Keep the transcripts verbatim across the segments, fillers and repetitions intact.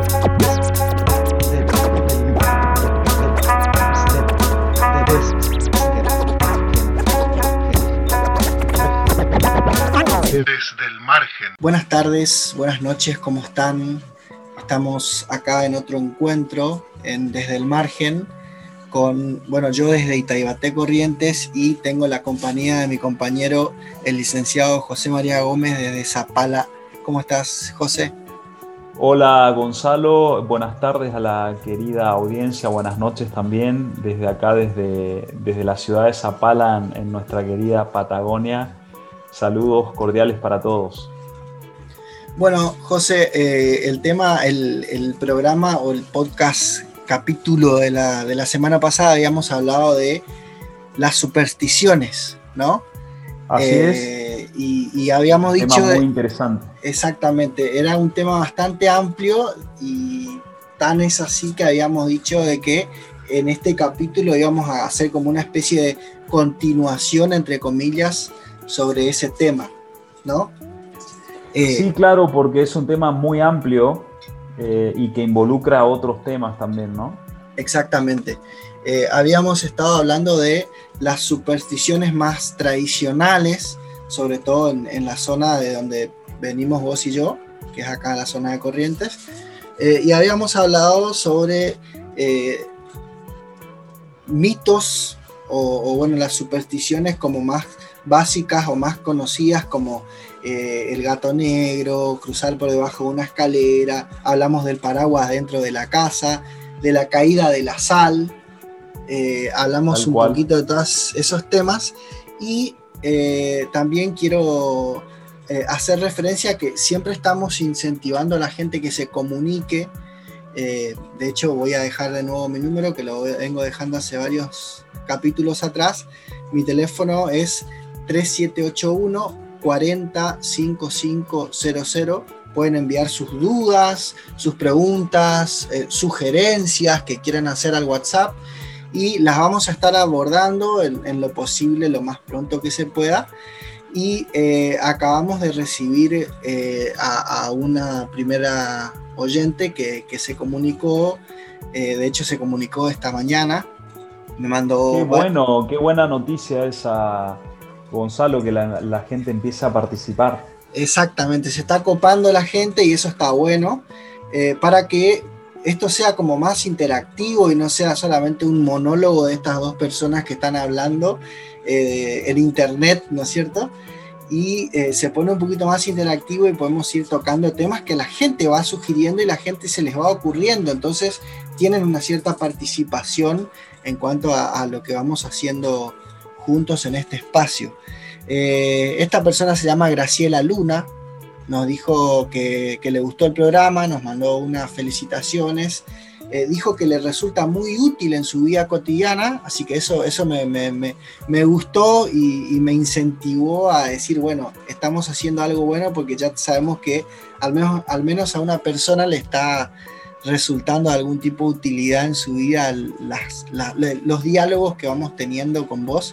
Desde el margen. Buenas tardes, buenas noches, ¿cómo están? Estamos acá en otro encuentro en Desde el Margen con, bueno, yo desde Itaibaté Corrientes y tengo la compañía de mi compañero, el licenciado José María Gómez desde Zapala. ¿Cómo estás, José? Hola Gonzalo, buenas tardes a la querida audiencia, buenas noches también desde acá, desde, desde la ciudad de Zapala, en, en nuestra querida Patagonia. Saludos cordiales para todos. Bueno, José, eh, el tema, el, el programa o el podcast capítulo de la, de la semana pasada habíamos hablado de las supersticiones, ¿no? Así eh, es. Y, y habíamos un dicho... tema muy de, interesante. Exactamente, era un tema bastante amplio y tan es así que habíamos dicho de que en este capítulo íbamos a hacer como una especie de continuación, entre comillas, sobre ese tema, ¿no? Eh, sí, claro, porque es un tema muy amplio eh, y que involucra otros temas también, ¿no? Exactamente. Eh, habíamos estado hablando de las supersticiones más tradicionales, sobre todo en, en la zona de donde venimos vos y yo, que es acá en la zona de Corrientes, eh, y habíamos hablado sobre eh, mitos o, o, bueno, las supersticiones como más básicas o más conocidas, como eh, el gato negro, cruzar por debajo de una escalera, hablamos del paraguas dentro de la casa, de la caída de la sal, eh, hablamos Tal un cual. poquito de todos esos temas y eh, también quiero eh, hacer referencia a que siempre estamos incentivando a la gente que se comunique. Eh, de hecho, voy a dejar de nuevo mi número, que lo vengo dejando hace varios capítulos atrás. Mi teléfono es tres siete ocho uno, cuatro cero, cinco cinco cero cero. Pueden enviar sus dudas, sus preguntas, eh, sugerencias que quieran hacer al WhatsApp y las vamos a estar abordando en, en lo posible, lo más pronto que se pueda. Y eh, acabamos de recibir eh, a, a una primera oyente que, que se comunicó, eh, de hecho se comunicó esta mañana, me mandó... Qué bueno, qué buena noticia esa, Gonzalo, que la, la gente empieza a participar. Exactamente, se está copando la gente y eso está bueno, eh, para que esto sea como más interactivo y no sea solamente un monólogo de estas dos personas que están hablando eh, en internet, ¿no es cierto? Y eh, se pone un poquito más interactivo y podemos ir tocando temas que la gente va sugiriendo y la gente se les va ocurriendo, entonces tienen una cierta participación en cuanto a, a lo que vamos haciendo juntos en este espacio. Eh, esta persona se llama Graciela Luna, nos dijo que, que le gustó el programa, nos mandó unas felicitaciones, eh, dijo que le resulta muy útil en su vida cotidiana, así que eso, eso me, me, me, me gustó y, y me incentivó a decir, bueno, estamos haciendo algo bueno porque ya sabemos que al menos, al menos a una persona le está resultando de algún tipo de utilidad en su vida las, las, los diálogos que vamos teniendo con vos.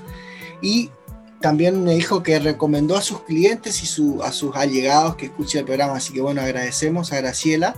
Y también me dijo que recomendó a sus clientes y su, a sus allegados que escuchen el programa, así que bueno, agradecemos a Graciela.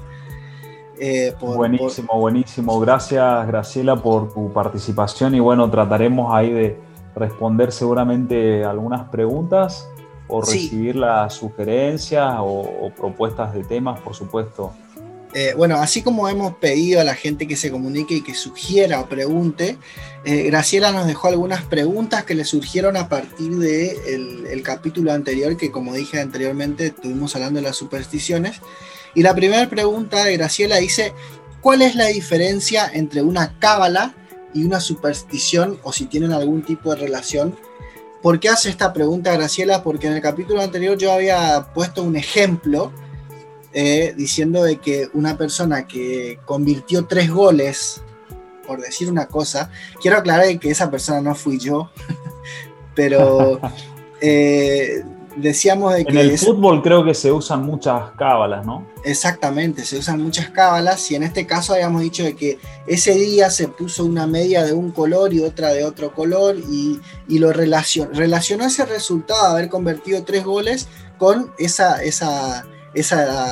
Eh, por, buenísimo, por... buenísimo. Gracias, Graciela, por tu participación y bueno, trataremos ahí de responder seguramente algunas preguntas o sí. recibir las sugerencias o, o propuestas de temas, por supuesto. Eh, bueno, así como hemos pedido a la gente que se comunique y que sugiera o pregunte, eh, Graciela nos dejó algunas preguntas que le surgieron a partir del de el capítulo anterior, que como dije anteriormente, estuvimos hablando de las supersticiones. Y la primera pregunta de Graciela dice, ¿cuál es la diferencia entre una cábala y una superstición, o si tienen algún tipo de relación? ¿Por qué hace esta pregunta Graciela? Porque en el capítulo anterior yo había puesto un ejemplo Eh, diciendo de que una persona que convirtió tres goles, por decir una cosa, quiero aclarar que esa persona no fui yo, pero eh, decíamos de que... En el es, fútbol creo que se usan muchas cábalas, ¿no? Exactamente, se usan muchas cábalas y en este caso habíamos dicho de que ese día se puso una media de un color y otra de otro color y, y lo relacionó, relacionó ese resultado de haber convertido tres goles con esa... esa esa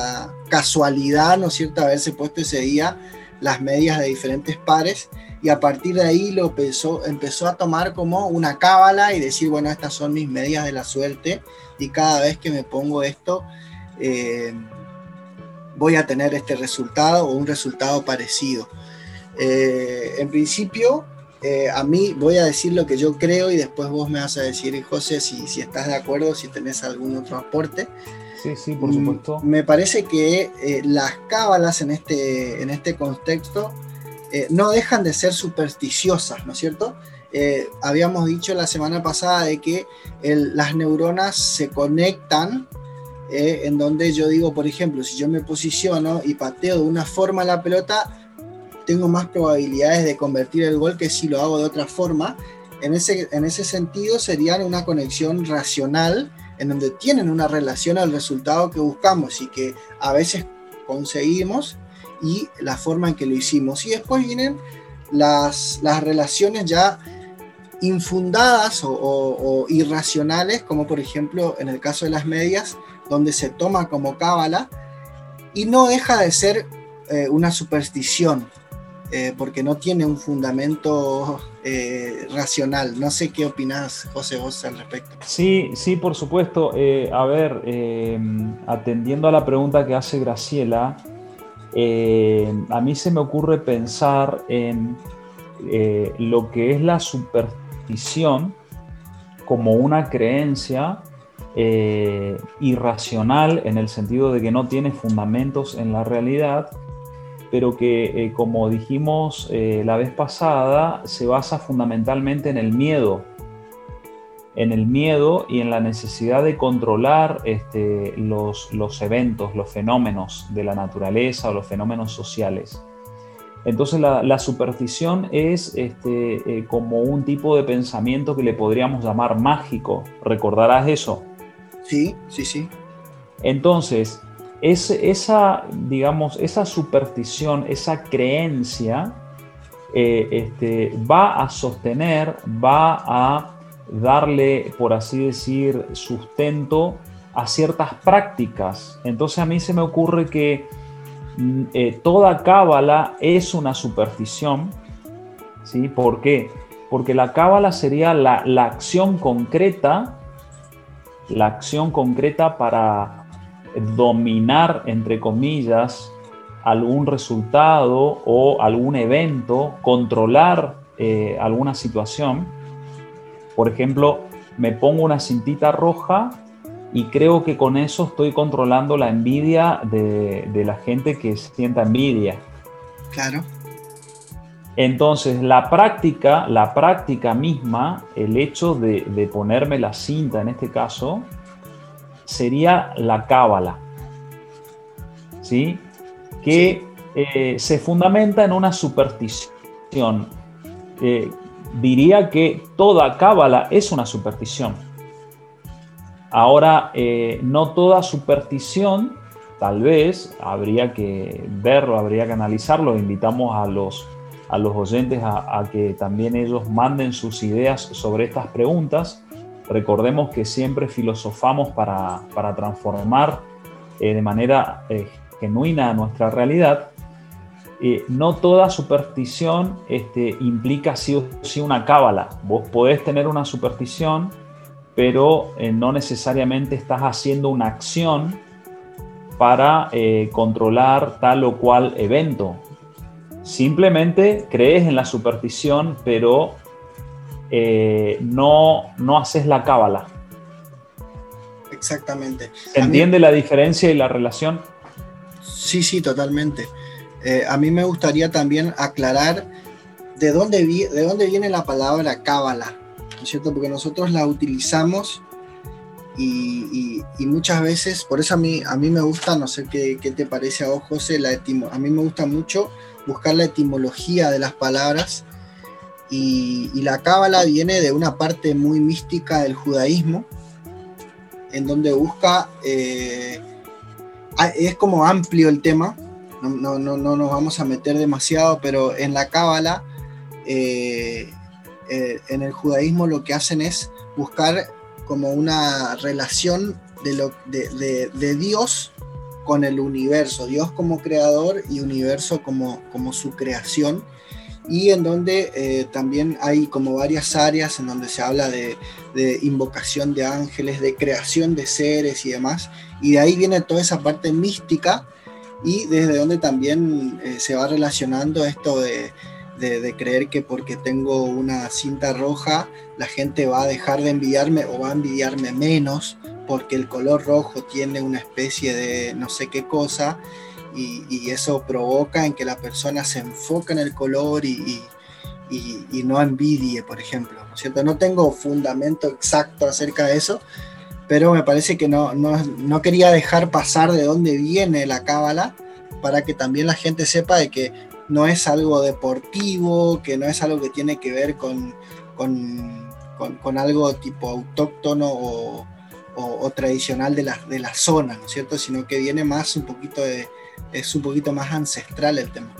casualidad, ¿no es cierto?, haberse puesto ese día las medias de diferentes pares, y a partir de ahí lo empezó, empezó a tomar como una cábala y decir, bueno, estas son mis medias de la suerte, y cada vez que me pongo esto, eh, voy a tener este resultado o un resultado parecido. Eh, en principio, eh, a mí voy a decir lo que yo creo y después vos me vas a decir, José, si, si estás de acuerdo, si tenés algún otro aporte. Sí, sí, por supuesto. Me parece que eh, las cábalas en este, en este contexto eh, no dejan de ser supersticiosas, ¿no es cierto? Eh, habíamos dicho la semana pasada de que el, las neuronas se conectan, eh, en donde yo digo, por ejemplo, si yo me posiciono y pateo de una forma la pelota, tengo más probabilidades de convertir el gol que si lo hago de otra forma. En ese, en ese sentido serían una conexión racional, en donde tienen una relación al resultado que buscamos y que a veces conseguimos, y la forma en que lo hicimos. Y después vienen las, las relaciones ya infundadas o, o, o irracionales, como por ejemplo en el caso de las medias, donde se toma como cábala y no deja de ser eh, una superstición, eh, porque no tiene un fundamento eh, racional. No sé qué opinás, José, vos al respecto. Sí, sí, por supuesto. Eh, a ver, eh, atendiendo a la pregunta que hace Graciela, eh, a mí se me ocurre pensar en eh, lo que es la superstición como una creencia eh, irracional, en el sentido de que no tiene fundamentos en la realidad, pero que, eh, como dijimos eh, la vez pasada, se basa fundamentalmente en el miedo, en el miedo y en la necesidad de controlar este, los, los eventos, los fenómenos de la naturaleza o los fenómenos sociales. Entonces la, la superstición es este, eh, como un tipo de pensamiento que le podríamos llamar mágico. ¿Recordarás eso? Sí, sí, sí. Entonces, es, esa, digamos, esa superstición, esa creencia, eh, este, va a sostener, va a darle, por así decir, sustento a ciertas prácticas. Entonces a mí se me ocurre que eh, toda cábala es una superstición, ¿sí? ¿Por qué? Porque la cábala sería la, la acción concreta, la acción concreta para dominar, entre comillas, algún resultado o algún evento, controlar eh, alguna situación. Por ejemplo, me pongo una cintita roja y creo que con eso estoy controlando la envidia de, de la gente que sienta envidia. Claro. Entonces, la práctica, la práctica misma, el hecho de, de ponerme la cinta en este caso, sería la cábala, ¿sí? Que sí. Eh, se fundamenta en una superstición. Eh, diría que toda cábala es una superstición. Ahora, eh, no toda superstición, tal vez, habría que verlo, habría que analizarlo. Invitamos a los, a los oyentes a, a que también ellos manden sus ideas sobre estas preguntas. Recordemos que siempre filosofamos para, para transformar eh, de manera eh, genuina nuestra realidad. Eh, no toda superstición este, implica sí o sí una cábala. Vos podés tener una superstición, pero eh, no necesariamente estás haciendo una acción para eh, controlar tal o cual evento. Simplemente crees en la superstición, pero eh, no, no haces la cábala. Exactamente. ¿Se entiende la diferencia y la relación? Sí, sí, totalmente. Eh, a mí me gustaría también aclarar de dónde, vi, de dónde viene la palabra cábala, ¿no es cierto? Porque nosotros la utilizamos y, y, y muchas veces, por eso a mí, a mí me gusta, no sé qué, qué te parece a vos, José, la etimo, a mí me gusta mucho buscar la etimología de las palabras, y, y la cábala viene de una parte muy mística del judaísmo, en donde busca, eh, es como amplio el tema. No, no, no, no nos vamos a meter demasiado, pero en la cábala, eh, eh, en el judaísmo, lo que hacen es buscar como una relación de, lo, de, de, de Dios con el universo, Dios como creador y universo como, como su creación, y en donde eh, también hay como varias áreas en donde se habla de, de invocación de ángeles, de creación de seres y demás, y de ahí viene toda esa parte mística, y desde donde también eh, se va relacionando esto de, de, de creer que porque tengo una cinta roja la gente va a dejar de envidiarme o va a envidiarme menos porque el color rojo tiene una especie de no sé qué cosa, y, y eso provoca en que la persona se enfoque en el color y, y, y, y no envidie, por ejemplo, ¿no es cierto? No tengo fundamento exacto acerca de eso, pero me parece que no, no, no quería dejar pasar de dónde viene la cábala, para que también la gente sepa de que no es algo deportivo, que no es algo que tiene que ver con, con, con, con algo tipo autóctono o, o, o tradicional de la, de la zona, ¿no es cierto? Sino que viene más un poquito de, es un poquito más ancestral el tema.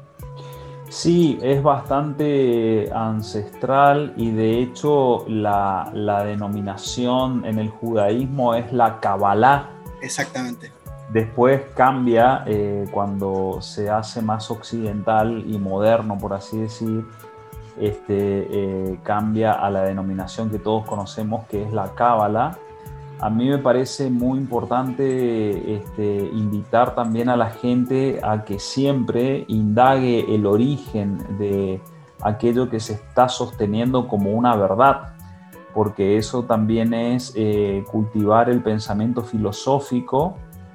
Sí, es bastante ancestral, y de hecho la, la denominación en el judaísmo es la Kabbalah. Exactamente. Después cambia eh, cuando se hace más occidental y moderno, por así decir, este, eh, cambia a la denominación que todos conocemos, que es la Cábala. A mí me parece muy importante este, invitar también a la gente a que siempre indague el origen de aquello que se está sosteniendo como una verdad, porque eso también es eh, cultivar el pensamiento filosófico,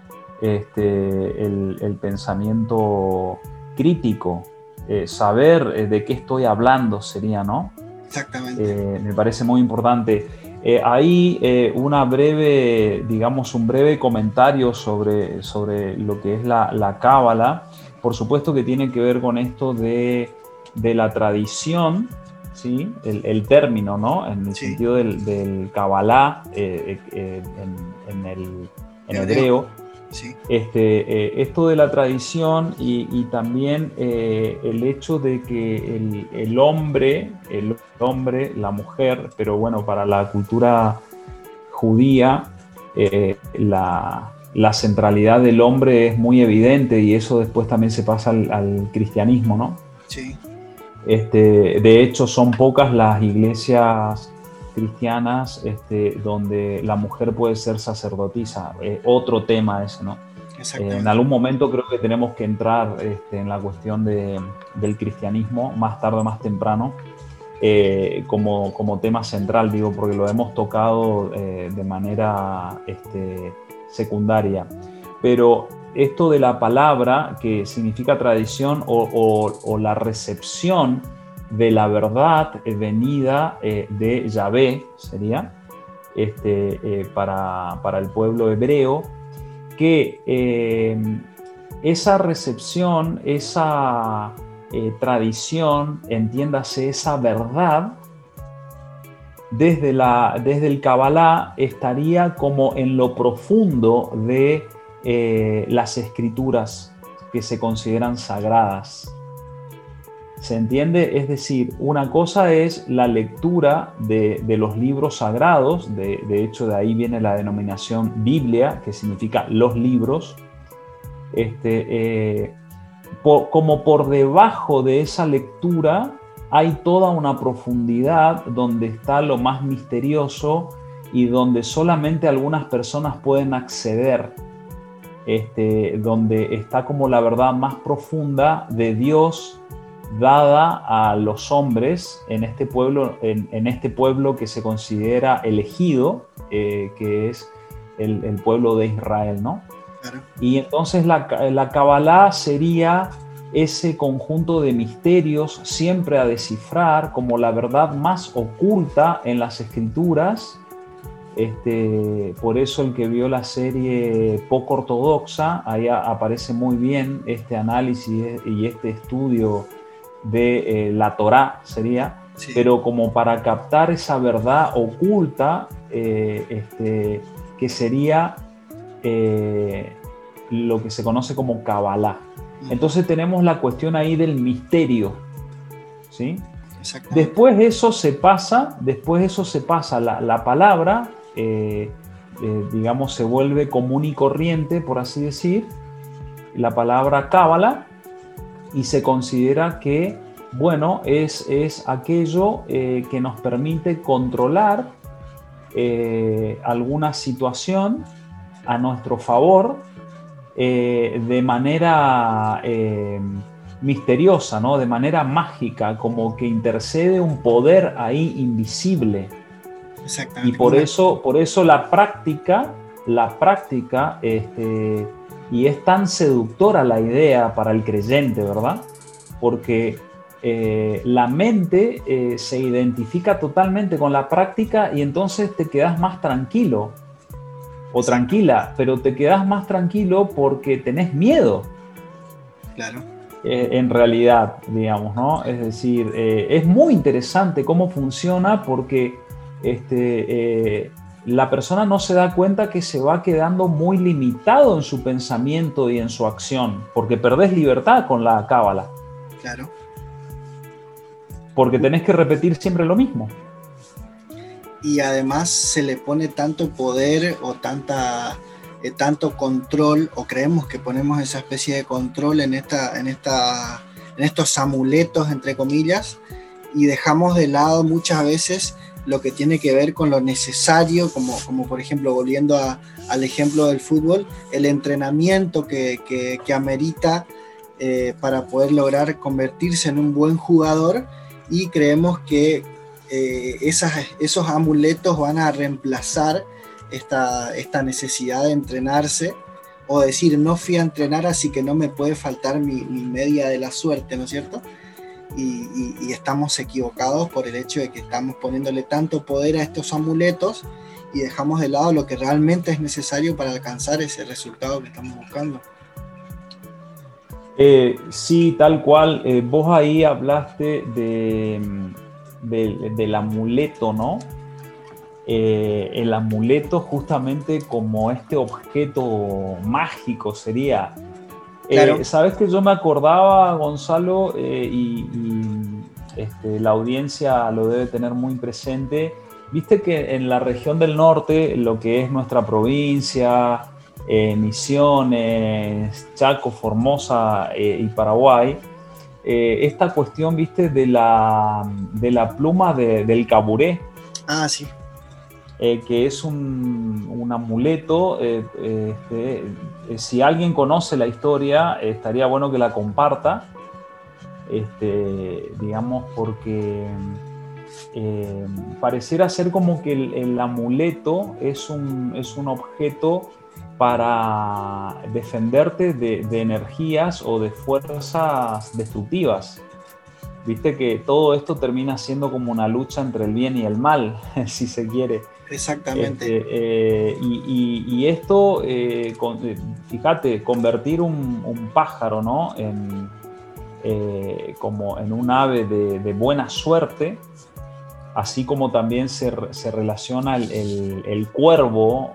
este, el, el pensamiento crítico, eh, saber eh, de qué estoy hablando sería, ¿no? Exactamente. Eh, me parece muy importante. Eh, ahí eh, una breve, digamos, un breve comentario sobre, sobre lo que es la, la cábala. Por supuesto que tiene que ver con esto de, de la tradición, ¿sí? El, el término, ¿no? En el Sí. sentido del, del cabalá eh, eh, en, en el en hebreo. Sí. Este, eh, esto de la tradición y, y también eh, el hecho de que el, el hombre, el hombre, la mujer, pero bueno, para la cultura judía, eh, la, la centralidad del hombre es muy evidente, y eso después también se pasa al, al cristianismo, ¿no? Sí. Este, de hecho, son pocas las iglesias cristianas este, donde la mujer puede ser sacerdotisa. Eh, otro tema ese, ¿no? Eh, en algún momento creo que tenemos que entrar este, en la cuestión de, del cristianismo, más tarde o más temprano, eh, como, como tema central, digo, porque lo hemos tocado eh, de manera este, secundaria. Pero esto de la palabra, que significa tradición o, o, o la recepción de la verdad venida eh, de Yahvé, sería, este, eh, para, para el pueblo hebreo, que eh, esa recepción, esa eh, tradición, entiéndase, esa verdad, desde, la, desde el Kabbalah estaría como en lo profundo de eh, las escrituras que se consideran sagradas. ¿Se entiende? Es decir, una cosa es la lectura de, de los libros sagrados, de, de hecho de ahí viene la denominación Biblia, que significa los libros, este, eh, por, como por debajo de esa lectura hay toda una profundidad donde está lo más misterioso y donde solamente algunas personas pueden acceder, este, donde está como la verdad más profunda de Dios, dada a los hombres en este pueblo, en, en este pueblo que se considera elegido, eh, que es el, el pueblo de Israel, ¿no? Claro. Y entonces la, la Kabbalah sería ese conjunto de misterios siempre a descifrar como la verdad más oculta en las escrituras. Este, por eso el que vio la serie poco ortodoxa, ahí aparece muy bien este análisis y este estudio de eh, la Torá sería, sí. Pero como para captar esa verdad oculta eh, este, que sería eh, lo que se conoce como Kabbalah. Entonces tenemos la cuestión ahí del misterio, ¿sí? Después eso se pasa, después eso se pasa la, la palabra, eh, eh, digamos, se vuelve común y corriente, por así decir, la palabra cábala, y se considera que, bueno, es, es aquello eh, que nos permite controlar eh, alguna situación a nuestro favor eh, de manera eh, misteriosa, ¿no? De manera mágica, como que intercede un poder ahí invisible. Exactamente. Y por eso, por eso la práctica, la práctica, este, y es tan seductora la idea para el creyente, ¿verdad? Porque eh, la mente eh, se identifica totalmente con la práctica y entonces te quedas más tranquilo o tranquila, pero te quedas más tranquilo porque tenés miedo. Claro. Eh, en realidad, digamos, ¿no? Es decir, eh, es muy interesante cómo funciona porque este, eh, la persona no se da cuenta que se va quedando muy limitado en su pensamiento y en su acción, porque perdés libertad con la cábala. Claro. Porque tenés que repetir siempre lo mismo. Y además se le pone tanto poder o tanta, eh, tanto control, o creemos que ponemos esa especie de control en, esta, en, esta, en estos amuletos, entre comillas, y dejamos de lado muchas veces lo que tiene que ver con lo necesario, como, como por ejemplo, volviendo a, al ejemplo del fútbol, el entrenamiento que, que, que amerita eh, para poder lograr convertirse en un buen jugador, y creemos que eh, esas, esos amuletos van a reemplazar esta, esta necesidad de entrenarse, o decir, no fui a entrenar, así que no me puede faltar mi, mi media de la suerte, ¿no es cierto? Y, y, y estamos equivocados por el hecho de que estamos poniéndole tanto poder a estos amuletos y dejamos de lado lo que realmente es necesario para alcanzar ese resultado que estamos buscando. Eh, sí, tal cual. Eh, vos ahí hablaste de, de, del amuleto, ¿no? Eh, el amuleto justamente como este objeto mágico sería. Claro. Eh, Sabes que yo me acordaba, Gonzalo, eh, y, y este, la audiencia lo debe tener muy presente. Viste que en la región del norte, lo que es nuestra provincia, eh, Misiones, Chaco, Formosa eh, y Paraguay, eh, esta cuestión, viste, de la, de la pluma de, del caburé. Ah, sí. Eh, que es un, un amuleto. Eh, eh, este, eh, si alguien conoce la historia, eh, estaría bueno que la comparta, este, digamos, porque eh, pareciera ser como que el, el amuleto es un, es un objeto para defenderte de, de energías o de fuerzas destructivas. Viste que todo esto termina siendo como una lucha entre el bien y el mal, si se quiere. Exactamente. Este, eh, y, y, y esto, eh, con, fíjate, convertir un, un pájaro, ¿no? en, eh, como en un ave de, de buena suerte, así como también se, se relaciona el, el, el cuervo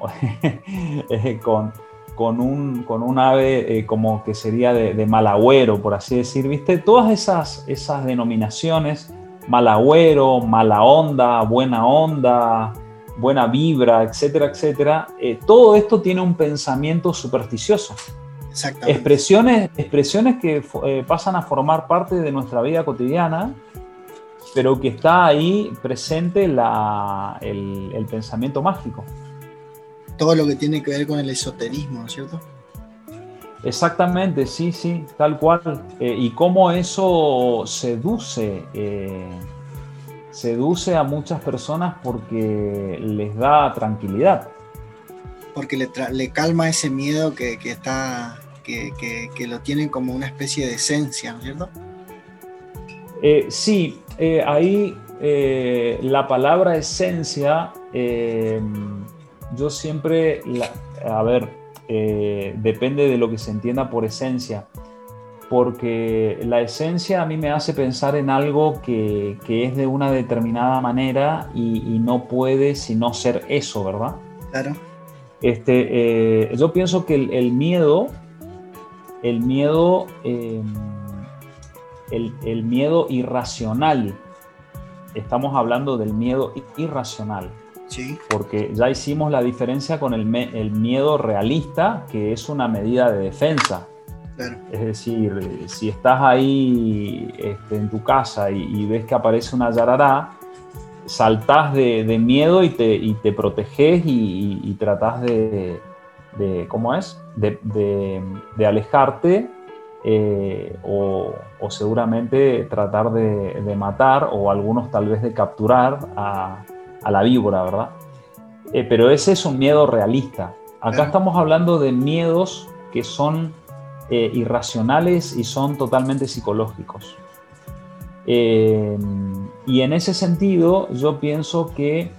con, con, un, con un ave eh, como que sería de, de mal agüero, por así decir, ¿viste? Todas esas, esas denominaciones, mal agüero, mala onda, buena onda, buena vibra, etcétera, etcétera, eh, todo esto tiene un pensamiento supersticioso. Exactamente. Expresiones, expresiones que eh, pasan a formar parte de nuestra vida cotidiana, pero que está ahí presente la, el, el pensamiento mágico. Todo lo que tiene que ver con el esoterismo, ¿no es cierto? Exactamente, sí, sí, tal cual. Eh, y cómo eso seduce, eh, seduce a muchas personas porque les da tranquilidad. Porque le, tra- le calma ese miedo que, que está, que, que, que lo tienen como una especie de esencia, ¿no es cierto? Eh, sí, eh, ahí eh, la palabra esencia, eh, yo siempre, la, a ver, eh, depende de lo que se entienda por esencia, porque la esencia a mí me hace pensar en algo que, que es de una determinada manera y, y no puede sino ser eso, ¿verdad? Claro. Este, eh, yo pienso que el, el miedo, el miedo, eh, el, el miedo irracional, estamos hablando del miedo irracional. Sí. Porque ya hicimos la diferencia con el, me, el miedo realista, que es una medida de defensa. Claro. Es decir, si estás ahí este, en tu casa y, y ves que aparece una yarará, saltás de, de miedo y te, y te proteges y, y, y tratás de, de, ¿cómo es? De, de, de alejarte eh, o, o seguramente tratar de, de matar o algunos tal vez de capturar a, a la víbora, ¿verdad? Eh, pero ese es un miedo realista. Acá Claro. estamos hablando de miedos que son eh, irracionales y son totalmente psicológicos. Eh, y en ese sentido yo pienso que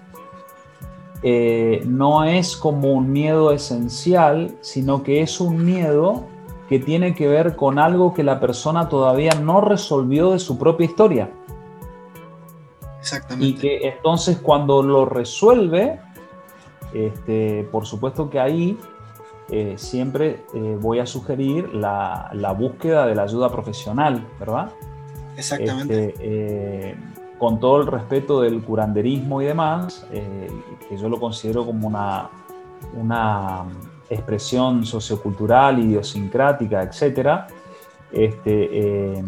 eh, no es como un miedo esencial, sino que es un miedo que tiene que ver con algo que la persona todavía no resolvió de su propia historia. Exactamente. Y que entonces cuando lo resuelve, este, por supuesto que ahí eh, siempre eh, voy a sugerir la, la búsqueda de la ayuda profesional, ¿verdad? Exactamente. Este, eh, con todo el respeto del curanderismo y demás, eh, que yo lo considero como una, una expresión sociocultural, idiosincrática, etcétera. Este, eh,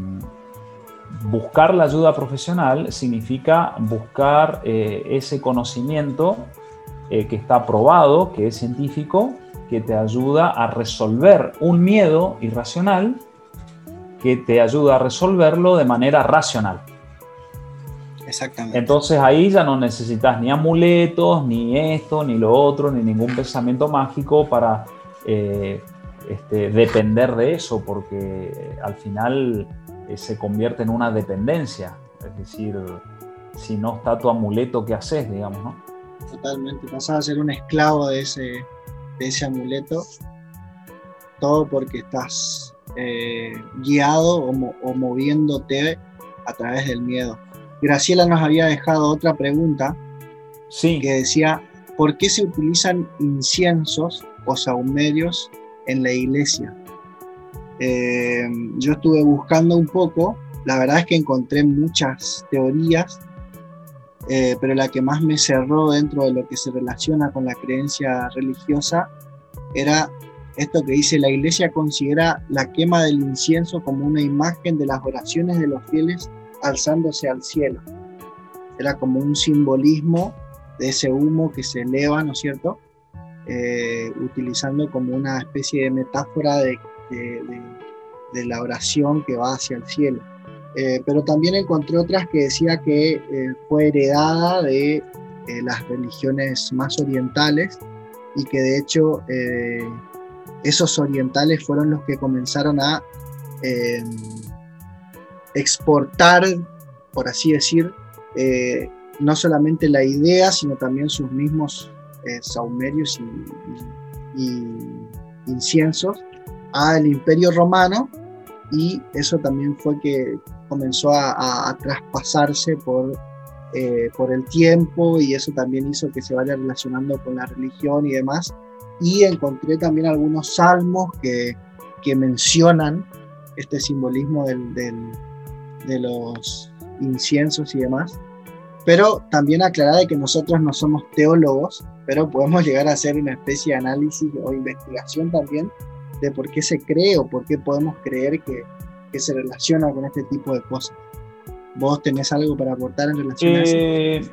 buscar la ayuda profesional significa buscar eh, ese conocimiento eh, que está probado, que es científico, que te ayuda a resolver un miedo irracional, que te ayuda a resolverlo de manera racional. Exactamente. Entonces ahí ya no necesitas ni amuletos, ni esto, ni lo otro, ni ningún pensamiento mágico para eh, este, depender de eso, porque al final eh, se convierte en una dependencia. Es decir, si no está tu amuleto, ¿qué haces, digamos, no? Totalmente. Pasas a ser un esclavo de ese, de ese amuleto, todo porque estás eh, guiado o, mo- o moviéndote a través del miedo. Graciela nos había dejado otra pregunta Sí. que decía, ¿por qué se utilizan inciensos o sahumerios en la iglesia? Eh, yo estuve buscando un poco, la verdad es que encontré muchas teorías, eh, pero la que más me cerró dentro de lo que se relaciona con la creencia religiosa era esto que dice: la iglesia considera la quema del incienso como una imagen de las oraciones de los fieles alzándose al cielo. Era como un simbolismo de ese humo que se eleva, ¿no es cierto? Eh, utilizando como una especie de metáfora de, de, de, de la oración que va hacia el cielo. Eh, pero también encontré otras que decía que eh, fue heredada de eh, las religiones más orientales y que de hecho eh, esos orientales fueron los que comenzaron a eh, exportar, por así decir, eh, no solamente la idea, sino también sus mismos eh, sahumerios y, y, y inciensos al Imperio Romano, y eso también fue que comenzó a, a, a traspasarse por, eh, por el tiempo, y eso también hizo que se vaya relacionando con la religión y demás. Y encontré también algunos salmos que, que mencionan este simbolismo del, del, de los inciensos y demás. Pero también aclarar de que nosotros no somos teólogos, pero podemos llegar a hacer una especie de análisis o investigación también de por qué se cree o por qué podemos creer que, que se relaciona con este tipo de cosas. ¿Vos tenés algo para aportar en relación eh, a eso?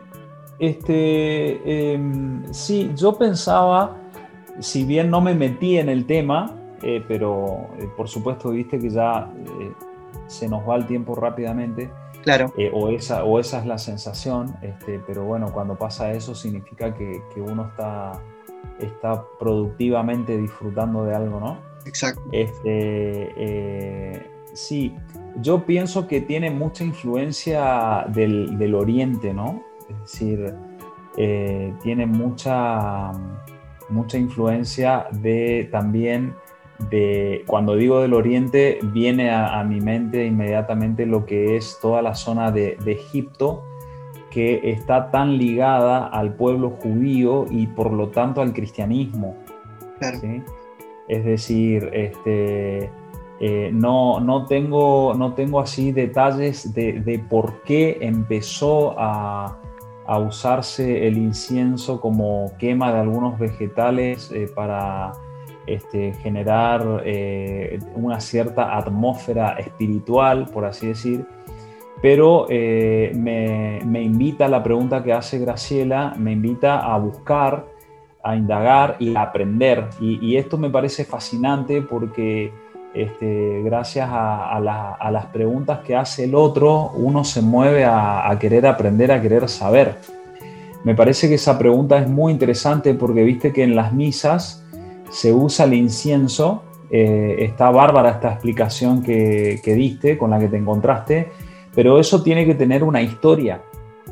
Este, eh, sí, yo pensaba, si bien no me metí en el tema, eh, pero eh, por supuesto viste que ya eh, se nos va el tiempo rápidamente. Claro. Eh, o, esa, o esa es la sensación, este, pero bueno, cuando pasa eso significa que, que uno está, está productivamente disfrutando de algo, ¿no? Exacto. Este, eh, sí, yo pienso que tiene mucha influencia del, del Oriente, ¿no? Es decir, eh, tiene mucha, mucha influencia de también de, cuando digo del Oriente, viene a, a mi mente inmediatamente lo que es toda la zona de, de Egipto, que está tan ligada al pueblo judío y por lo tanto al cristianismo. Claro. ¿Sí? Es decir, este, eh, no, no, tengo, no tengo así detalles de, de por qué empezó a, a usarse el incienso como quema de algunos vegetales eh, para este, generar eh, una cierta atmósfera espiritual, por así decir. Pero eh, me, me invita, la pregunta que hace Graciela, me invita a buscar, a indagar y a aprender. Y, y esto me parece fascinante porque este, gracias a, a, la, a las preguntas que hace el otro, uno se mueve a, a querer aprender, a querer saber. Me parece que esa pregunta es muy interesante porque viste que en las misas se usa el incienso. Eh, está bárbara esta explicación que, que diste, con la que te encontraste. Pero eso tiene que tener una historia,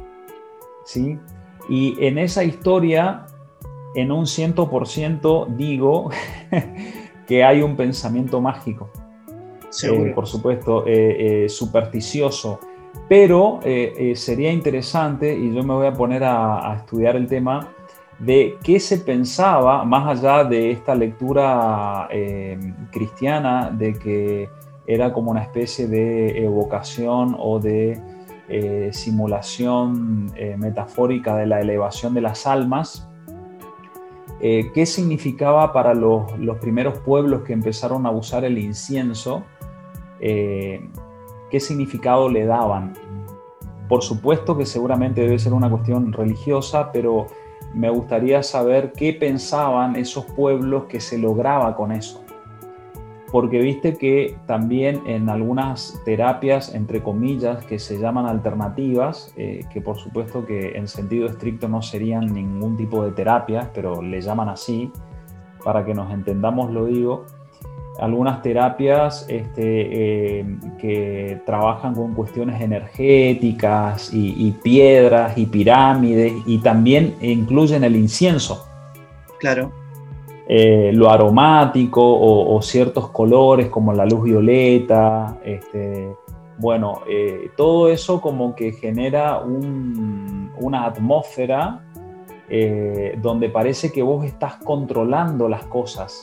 ¿sí? Y en esa historia, en un cien por ciento digo que hay un pensamiento mágico. Eh, por supuesto, eh, eh, supersticioso. Pero eh, eh, sería interesante, y yo me voy a poner a, a estudiar el tema, de qué se pensaba, más allá de esta lectura eh, cristiana, de que era como una especie de evocación o de eh, simulación eh, metafórica de la elevación de las almas. Eh, ¿Qué significaba para los, los primeros pueblos que empezaron a usar el incienso? Eh, ¿Qué significado le daban? Por supuesto que seguramente debe ser una cuestión religiosa, pero me gustaría saber qué pensaban esos pueblos que se lograba con eso. Porque viste que también en algunas terapias, entre comillas, que se llaman alternativas, eh, que por supuesto que en sentido estricto no serían ningún tipo de terapias, pero le llaman así, para que nos entendamos lo digo, algunas terapias este, eh, que trabajan con cuestiones energéticas y, y piedras y pirámides, y también incluyen el incienso. Claro. Eh, lo aromático o, o ciertos colores como la luz violeta, este, bueno, eh, todo eso como que genera un, una atmósfera eh, donde parece que vos estás controlando las cosas,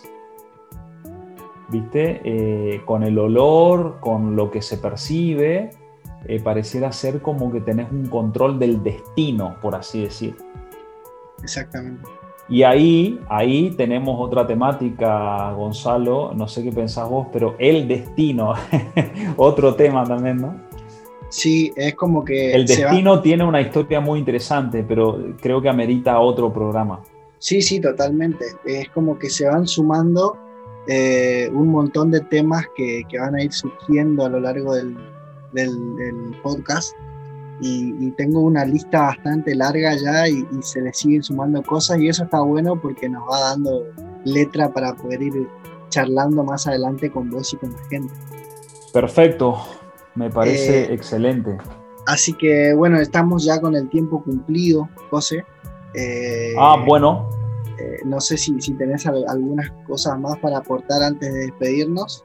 ¿viste? Eh, con el olor, con lo que se percibe, eh, pareciera ser como que tenés un control del destino, por así decir. Exactamente. Y ahí, ahí tenemos otra temática, Gonzalo, no sé qué pensás vos, pero el destino, otro tema también, ¿no? Sí, es como que... El destino va... tiene una historia muy interesante, pero creo que amerita otro programa. Sí, sí, totalmente. Es como que se van sumando eh, un montón de temas que, que van a ir surgiendo a lo largo del, del, del podcast. Y, y tengo una lista bastante larga ya y, y se le siguen sumando cosas y eso está bueno porque nos va dando letra para poder ir charlando más adelante con vos y con la gente. Perfecto, me parece eh, excelente. Así que bueno, estamos ya con el tiempo cumplido, José. Eh, ah, bueno. Eh, no sé si, si tenés al, algunas cosas más para aportar antes de despedirnos.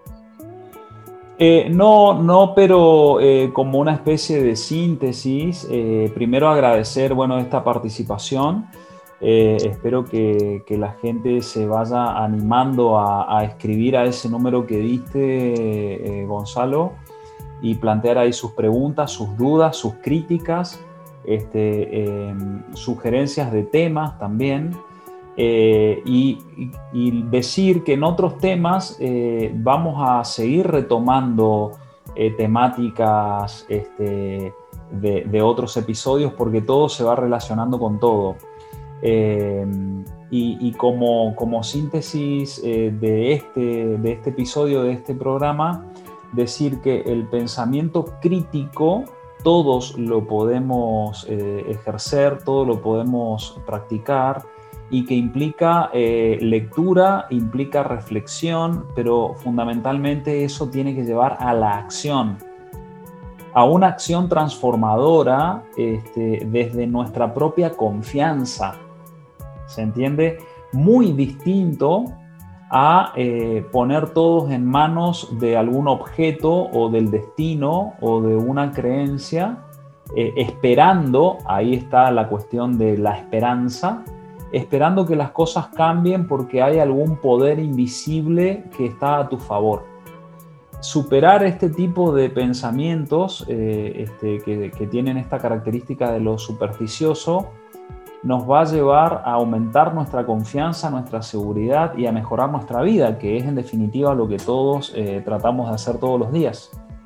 Eh, no, no, pero eh, como una especie de síntesis, eh, primero agradecer, bueno, esta participación. Eh, espero que, que la gente se vaya animando a, a escribir a ese número que diste, eh, Gonzalo, y plantear ahí sus preguntas, sus dudas, sus críticas, este, eh, sugerencias de temas también. Eh, y, y, y decir que en otros temas eh, vamos a seguir retomando eh, temáticas este, de, de otros episodios porque todo se va relacionando con todo. Eh, y, y como, como síntesis eh, de, este, de este episodio, de este programa, decir que el pensamiento crítico todos lo podemos eh, ejercer, todos lo podemos practicar, y que implica eh, lectura, implica reflexión, pero fundamentalmente eso tiene que llevar a la acción, a una acción transformadora este, desde nuestra propia confianza, ¿se entiende? Muy distinto a eh, poner todos en manos de algún objeto o del destino o de una creencia, eh, esperando, ahí está la cuestión de la esperanza, esperando que las cosas cambien porque hay algún poder invisible que está a tu favor. superar este tipo de pensamientos eh, este, que, que tienen esta característica de lo supersticioso nos va a llevar a aumentar nuestra confianza, nuestra seguridad y a mejorar nuestra vida, que es en definitiva lo que todos eh, tratamos de hacer todos los días.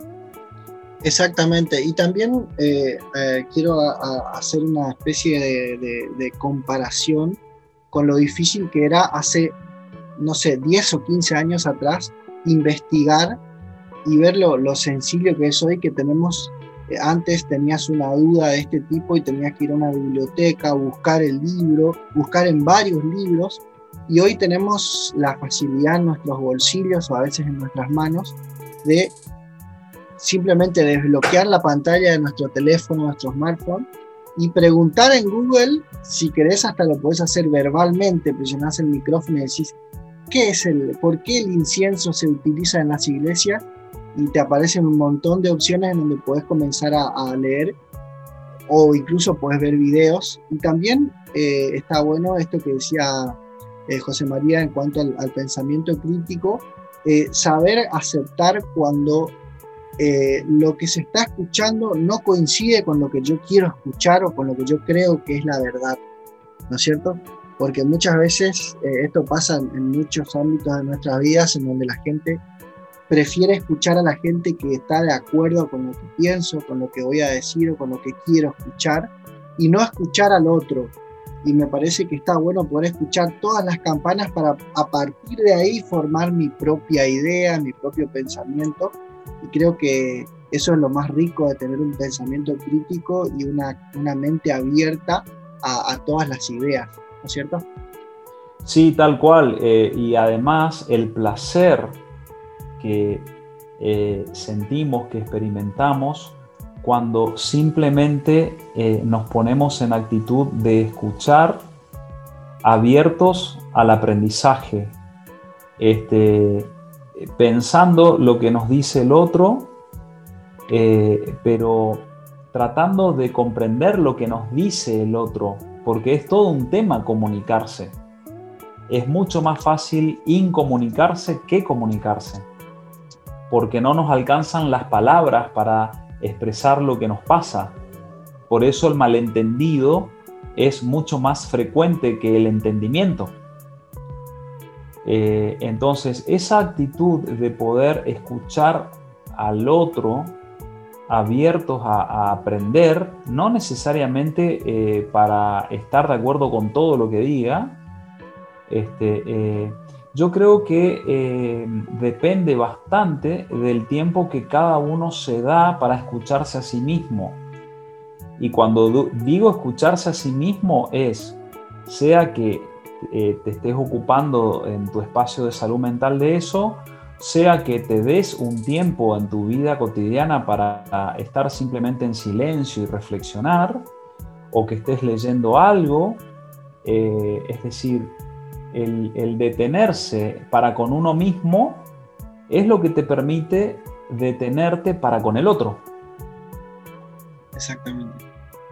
Exactamente, y también eh, eh, quiero a, a hacer una especie de, de, de comparación con lo difícil que era hace, no sé, diez o quince años atrás, investigar y ver lo, lo sencillo que es hoy, que tenemos, eh, antes tenías una duda de este tipo y tenías que ir a una biblioteca, buscar el libro, buscar en varios libros, y hoy tenemos la facilidad en nuestros bolsillos o a veces en nuestras manos de simplemente desbloquear la pantalla de nuestro teléfono, nuestro smartphone, y preguntar en Google, si querés hasta lo podés hacer verbalmente, presionás el micrófono y decís, ¿qué es el, ¿por qué el incienso se utiliza en las iglesias? Y te aparecen un montón de opciones en donde podés comenzar a, a leer, o incluso podés ver videos. Y también eh, está bueno esto que decía eh, José María en cuanto al, al pensamiento crítico, eh, saber aceptar cuando Eh, lo que se está escuchando no coincide con lo que yo quiero escuchar o con lo que yo creo que es la verdad, ¿no es cierto? Porque muchas veces eh, esto pasa en, en muchos ámbitos de nuestras vidas, en donde la gente prefiere escuchar a la gente que está de acuerdo con lo que pienso, con lo que voy a decir o con lo que quiero escuchar, y no escuchar al otro. Y me parece que está bueno poder escuchar todas las campanas para a partir de ahí formar mi propia idea, mi propio pensamiento. Y creo que eso es lo más rico de tener un pensamiento crítico y una, una mente abierta a, a todas las ideas, ¿no es cierto? Sí, tal cual. Eh, y además el placer que eh, sentimos, que experimentamos, cuando simplemente eh, nos ponemos en actitud de escuchar, abiertos al aprendizaje, este, pensando lo que nos dice el otro, eh, pero tratando de comprender lo que nos dice el otro, porque es todo un tema comunicarse. Es mucho más fácil incomunicarse que comunicarse, porque no nos alcanzan las palabras para expresar lo que nos pasa. Por eso el malentendido es mucho más frecuente que el entendimiento. Eh, entonces, esa actitud de poder escuchar al otro, abiertos a, a aprender, no necesariamente eh, para estar de acuerdo con todo lo que diga, este, eh, yo creo que eh, depende bastante del tiempo que cada uno se da para escucharse a sí mismo. Y cuando digo escucharse a sí mismo es, sea que eh, te estés ocupando en tu espacio de salud mental de eso, sea que te des un tiempo en tu vida cotidiana para estar simplemente en silencio y reflexionar, o que estés leyendo algo, eh, es decir, el, el detenerse para con uno mismo es lo que te permite detenerte para con el otro. Exactamente.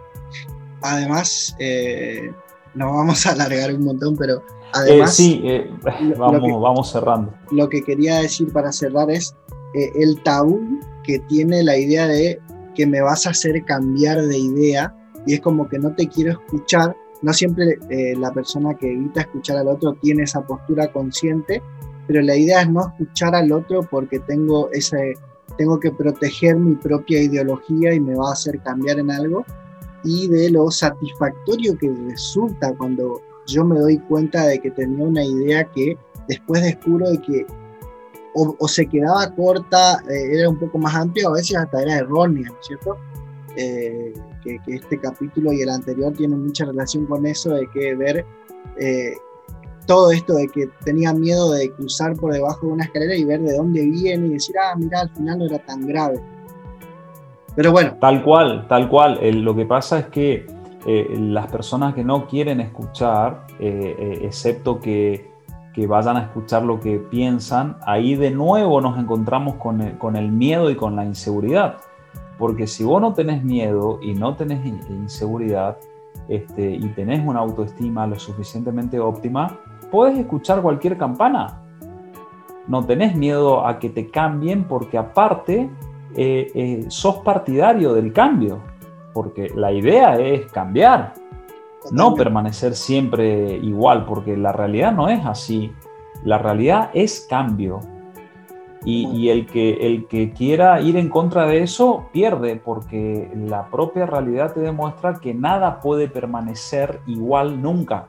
Además, eh, nos vamos a alargar un montón, pero además... Eh, sí, eh, vamos, que, vamos cerrando. Lo que quería decir para cerrar es eh, el tabú que tiene la idea de que me vas a hacer cambiar de idea, y es como que no te quiero escuchar. No siempre eh, la persona que evita escuchar al otro tiene esa postura consciente, pero la idea es no escuchar al otro porque tengo, ese, tengo que proteger mi propia ideología y me va a hacer cambiar en algo, y de lo satisfactorio que resulta cuando yo me doy cuenta de que tenía una idea que después descubro de que o, o se quedaba corta, eh, era un poco más amplia, o a veces hasta era errónea, ¿no es cierto? Eh, que, que este capítulo y el anterior tienen mucha relación con eso, de que ver eh, todo esto de que tenía miedo de cruzar por debajo de una escalera y ver de dónde viene y decir, ah, mira, al final no era tan grave. Pero bueno. Tal cual, tal cual. Eh, lo que pasa es que eh, las personas que no quieren escuchar, eh, eh, excepto que, que vayan a escuchar lo que piensan, ahí de nuevo nos encontramos con el, con el miedo y con la inseguridad. Porque si vos no tenés miedo y no tenés inseguridad este, y tenés una autoestima lo suficientemente óptima, podés escuchar cualquier campana. no tenés miedo a que te cambien, porque aparte eh, eh, sos partidario del cambio, porque la idea es cambiar, totalmente. No permanecer siempre igual, porque la realidad no es así, la realidad es cambio. Y, y el, que, el que quiera ir en contra de eso pierde, porque la propia realidad te demuestra que nada puede permanecer igual nunca.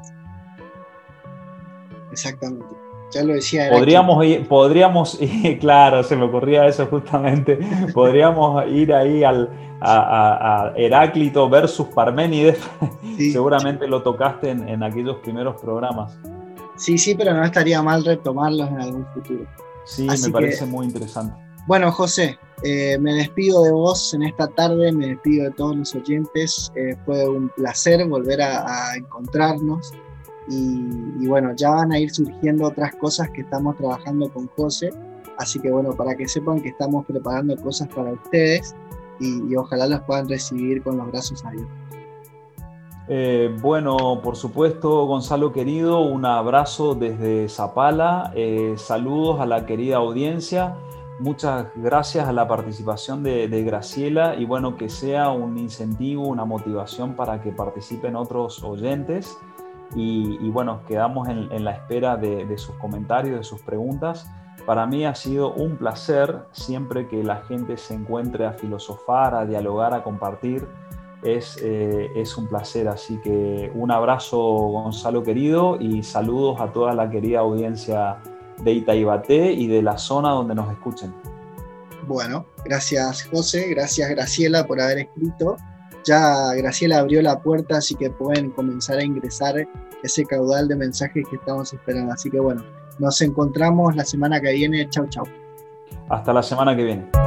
Exactamente. Ya lo decía. Podríamos ir, podríamos ir, claro, se me ocurría eso justamente, podríamos ir ahí al, a, a, a Heráclito versus Parménides, sí. Seguramente lo tocaste en, en aquellos primeros programas. Sí, sí, pero no estaría mal retomarlos en algún futuro. Sí, Así me parece que, muy interesante. Bueno, José, eh, me despido de vos en esta tarde, me despido de todos los oyentes. Eh, fue un placer volver a, a encontrarnos. Y, y bueno, ya van a ir surgiendo otras cosas que estamos trabajando con José. Así que bueno, para que sepan que estamos preparando cosas para ustedes y, y ojalá los puedan recibir con los brazos abiertos. Eh, bueno, por supuesto, Gonzalo querido, un abrazo desde Zapala, eh, saludos a la querida audiencia, muchas gracias a la participación de, de Graciela y bueno, que sea un incentivo, una motivación para que participen otros oyentes y, y bueno, quedamos en, en la espera de, de sus comentarios, de sus preguntas. Para mí ha sido un placer siempre que la gente se encuentre a filosofar, a dialogar, a compartir. Es, eh, es un placer, así que un abrazo, Gonzalo querido, y saludos a toda la querida audiencia de Itaibaté y de la zona donde nos escuchen. Bueno, gracias José, gracias Graciela por haber escrito. Ya Graciela abrió la puerta, así que pueden comenzar a ingresar ese caudal de mensajes que estamos esperando. Así que bueno, nos encontramos la semana que viene. Chau, chau. Hasta la semana que viene.